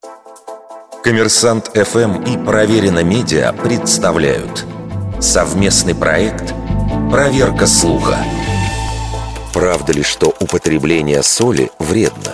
Коммерсант ФМ и Проверено Медиа представляют совместный проект «Проверка слуха». Правда ли, что употребление соли вредно?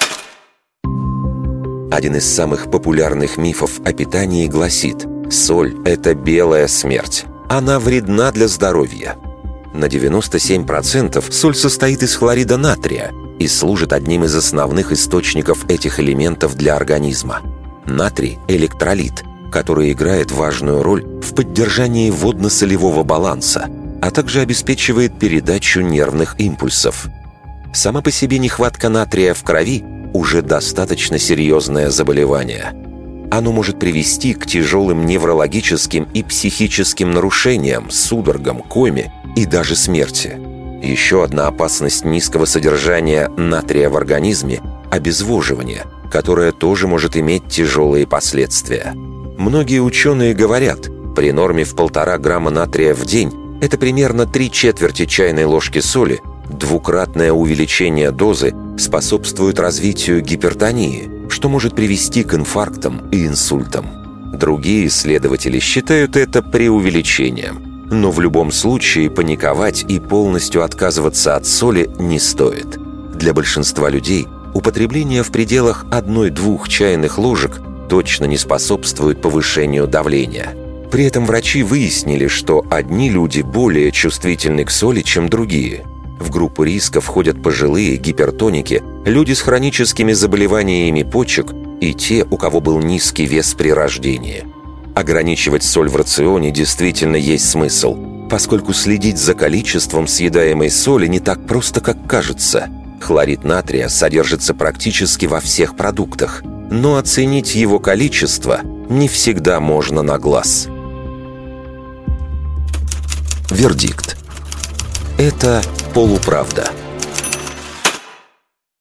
Один из самых популярных мифов о питании гласит: соль – это белая смерть. Она вредна для здоровья. На 97% соль состоит из хлорида натрия и служит одним из основных источников этих элементов для организма. Натрий – электролит, который играет важную роль в поддержании водно-солевого баланса, а также обеспечивает передачу нервных импульсов. Сама по себе нехватка натрия в крови уже достаточно серьезное заболевание. Оно может привести к тяжелым неврологическим и психическим нарушениям, судорогам, коме и даже смерти. Еще одна опасность низкого содержания натрия в организме – обезвоживание, которое тоже может иметь тяжелые последствия. Многие ученые говорят, при норме в 1,5 грамма натрия в день это примерно 3/4 чайной ложки соли, двукратное увеличение дозы способствует развитию гипертонии, что может привести к инфарктам и инсультам. Другие исследователи считают это преувеличением, но в любом случае паниковать и полностью отказываться от соли не стоит. Для большинства людей употребление в пределах 1-2 чайных ложек точно не способствует повышению давления. При этом врачи выяснили, что одни люди более чувствительны к соли, чем другие. В группу риска входят пожилые, гипертоники, люди с хроническими заболеваниями почек и те, у кого был низкий вес при рождении. Ограничивать соль в рационе действительно есть смысл, поскольку следить за количеством съедаемой соли не так просто, как кажется. Хлорид натрия содержится практически во всех продуктах, но оценить его количество не всегда можно на глаз. Вердикт. Это полуправда.